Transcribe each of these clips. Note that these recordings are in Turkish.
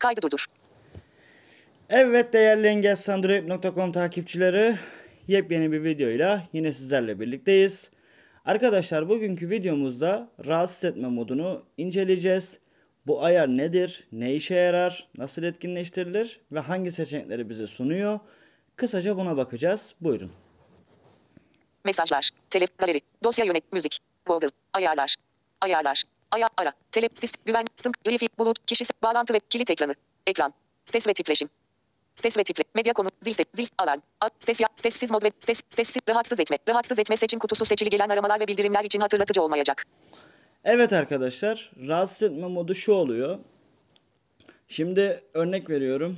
Kaydı durdur. Evet değerli engelsandroid.com takipçileri, yepyeni bir videoyla yine sizlerle birlikteyiz. Arkadaşlar bugünkü videomuzda rahatsız etme modunu inceleyeceğiz. Bu ayar nedir, ne işe yarar, nasıl etkinleştirilir ve hangi seçenekleri bize sunuyor? Kısaca buna bakacağız. Buyurun. Mesajlar. Galeri. Dosya yönet. Müzik. Google. Ayarlar. Ayarlar. Ara. Güven. Sync. Grafik. Bulut. Kişi. Bağlantı ve kilit ekranı. Ekran. Ses ve titreşim. Ses ve titre. Medya konu. Zil alarm. Sessiz mod ve sessiz. Rahatsız etme. Rahatsız etme seçim kutusu seçili gelen aramalar ve bildirimler için hatırlatıcı olmayacak. Evet arkadaşlar, rahatsız etme modu şu oluyor. Şimdi örnek veriyorum.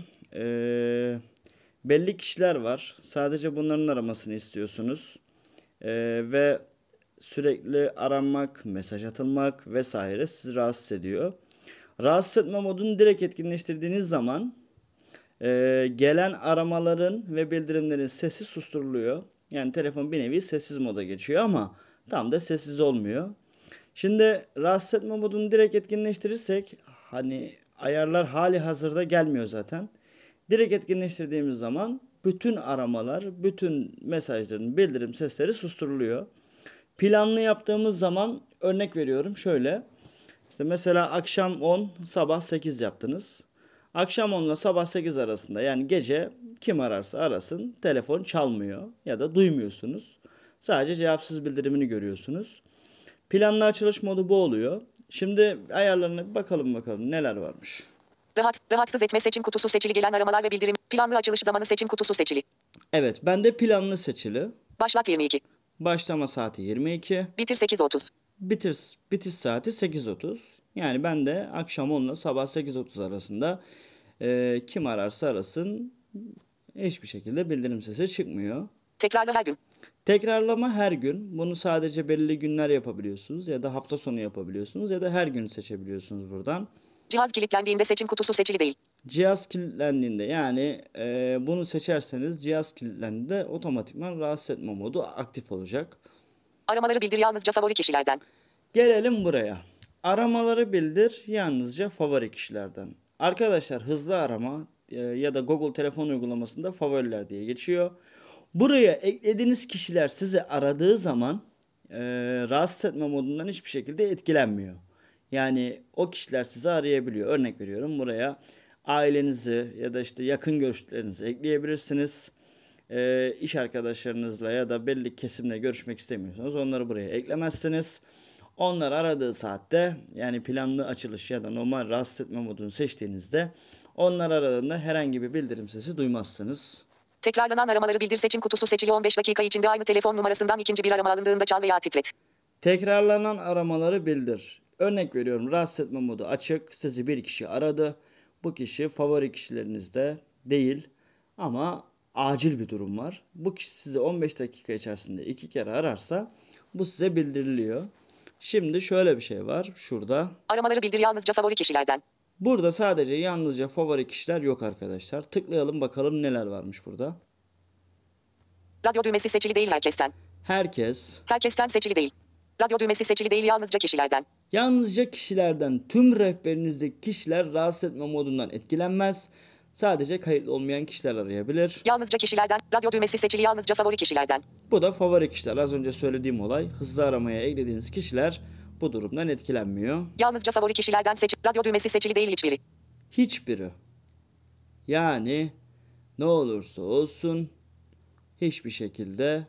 Belli kişiler var. Sadece bunların aramasını istiyorsunuz. Ve sürekli aranmak, mesaj atılmak vesaire sizi rahatsız ediyor. Rahatsız etme modunu direkt etkinleştirdiğiniz zaman gelen aramaların ve bildirimlerin sesi susturuluyor. Yani telefon bir nevi sessiz moda geçiyor ama tam da sessiz olmuyor. Şimdi rahatsız etme modunu direkt etkinleştirirsek hani ayarlar hali hazırda gelmiyor zaten. Direkt etkinleştirdiğimiz zaman bütün aramalar, bütün mesajların bildirim sesleri susturuluyor. Planlı yaptığımız zaman örnek veriyorum şöyle. İşte mesela akşam 10, sabah 8 yaptınız. Akşam 10 ile sabah 8 arasında yani gece kim ararsa arasın telefon çalmıyor ya da duymuyorsunuz. Sadece cevapsız bildirimini görüyorsunuz. Planlı açılış modu bu oluyor. Şimdi ayarlarına bir bakalım neler varmış. Rahatsız etme seçim kutusu seçili gelen aramalar ve bildirim. Planlı açılış zamanı seçim kutusu seçili. Evet, bende planlı seçili. Başlat 22. Başlama saati 22. Bitir 8.30. Bitiş saati 8.30. Yani ben de akşam 10 ile sabah 8.30 arasında kim ararsa arasın hiçbir şekilde bildirim sesi çıkmıyor. Tekrarla her gün. Tekrarlama her gün. Bunu sadece belirli günler yapabiliyorsunuz ya da hafta sonu yapabiliyorsunuz ya da her gün seçebiliyorsunuz buradan. Cihaz kilitlendiğinde seçim kutusu seçili değil. Cihaz kilitlendiğinde yani bunu seçerseniz cihaz kilitlendiğinde otomatikman rahatsız etme modu aktif olacak. Aramaları bildir yalnızca favori kişilerden. Gelelim buraya. Aramaları bildir yalnızca favori kişilerden. Arkadaşlar hızlı arama ya da Google telefon uygulamasında favoriler diye geçiyor. Buraya eklediğiniz kişiler sizi aradığı zaman rahatsız etme modundan hiçbir şekilde etkilenmiyor. Yani o kişiler sizi arayabiliyor. Örnek veriyorum buraya ailenizi ya da işte yakın görüşlerinizi ekleyebilirsiniz. İş arkadaşlarınızla ya da belli kesimle görüşmek istemiyorsanız onları buraya eklemezsiniz. Onlar aradığı saatte yani planlı açılış ya da normal rahatsız etme modunu seçtiğinizde onlar aradığında herhangi bir bildirim sesi duymazsınız. Tekrarlanan aramaları bildir seçim kutusu seçili 15 dakika içinde aynı telefon numarasından ikinci bir arama alındığında çal veya titret. Tekrarlanan aramaları bildir. Örnek veriyorum rahatsız etme modu açık. Sizi bir kişi aradı. Bu kişi favori kişilerinizde değil ama acil bir durum var. Bu kişi sizi 15 dakika içerisinde 2 kere ararsa bu size bildiriliyor. Şimdi şöyle bir şey var şurada. Aramaları bildir yalnızca favori kişilerden. Burada sadece yalnızca favori kişiler yok arkadaşlar. Tıklayalım bakalım neler varmış burada. Radyo düğmesi seçili değil herkesten. Herkesten seçili değil. Radyo düğmesi seçili değil yalnızca kişilerden. Yalnızca kişilerden tüm rehberinizdeki kişiler rahatsız etme modundan etkilenmez. Sadece kayıtlı olmayan kişiler arayabilir. Yalnızca kişilerden. Radyo düğmesi seçili yalnızca favori kişilerden. Bu da favori kişiler. Az önce söylediğim olay. Hızlı aramaya eklediğiniz kişiler bu durumdan etkilenmiyor. Yalnızca favori kişilerden radyo düğmesi seçili değil hiçbiri. Hiçbiri. Yani ne olursa olsun hiçbir şekilde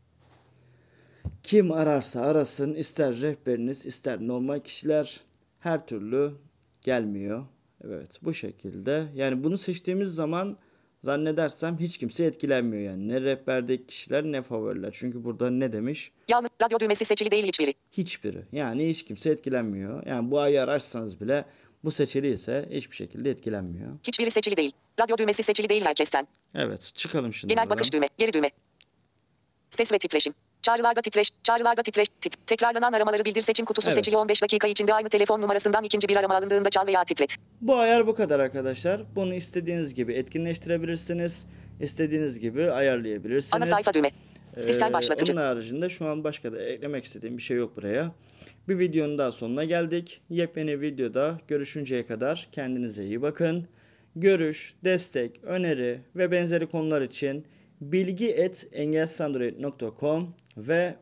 kim ararsa arasın ister rehberiniz ister normal kişiler her türlü gelmiyor. Evet bu şekilde. Yani bunu seçtiğimiz zaman zannedersem hiç kimse etkilenmiyor yani. Ne rehberdeki kişiler ne favoriler. Çünkü burada ne demiş? Yalnız radyo düğmesi seçili değil hiçbiri. Hiçbiri. Yani hiç kimse etkilenmiyor. Yani bu ayı araçsanız bile bu seçili ise hiçbir şekilde etkilenmiyor. Hiçbiri seçili değil. Radyo düğmesi seçili değil herkesten. Evet çıkalım şimdi Genel buradan. bakış düğme. Geri düğme. Ses ve titreşim. Çağrılarda titreş. Tekrarlanan aramaları bildir seçim kutusu Evet. seçili 15 dakika içinde aynı telefon numarasından ikinci bir arama alındığında çal veya titret. Bu ayar bu kadar arkadaşlar. Bunu istediğiniz gibi etkinleştirebilirsiniz. İstediğiniz gibi ayarlayabilirsiniz. Ana sayfa düğme. Sistem başlatıcı. Onun haricinde şu an başka da eklemek istediğim bir şey yok buraya. Bir videonun daha sonuna geldik. Yepyeni videoda görüşünceye kadar kendinize iyi bakın. Görüş, destek, öneri ve benzeri konular için bilgi@engelsandroid.com ve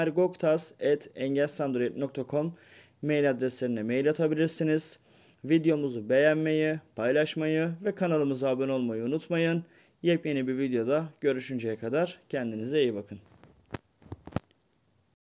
omergoktas@engelsandroid.com mail adreslerine mail atabilirsiniz. Videomuzu beğenmeyi, paylaşmayı ve kanalımıza abone olmayı unutmayın. Yepyeni bir videoda görüşünceye kadar kendinize iyi bakın.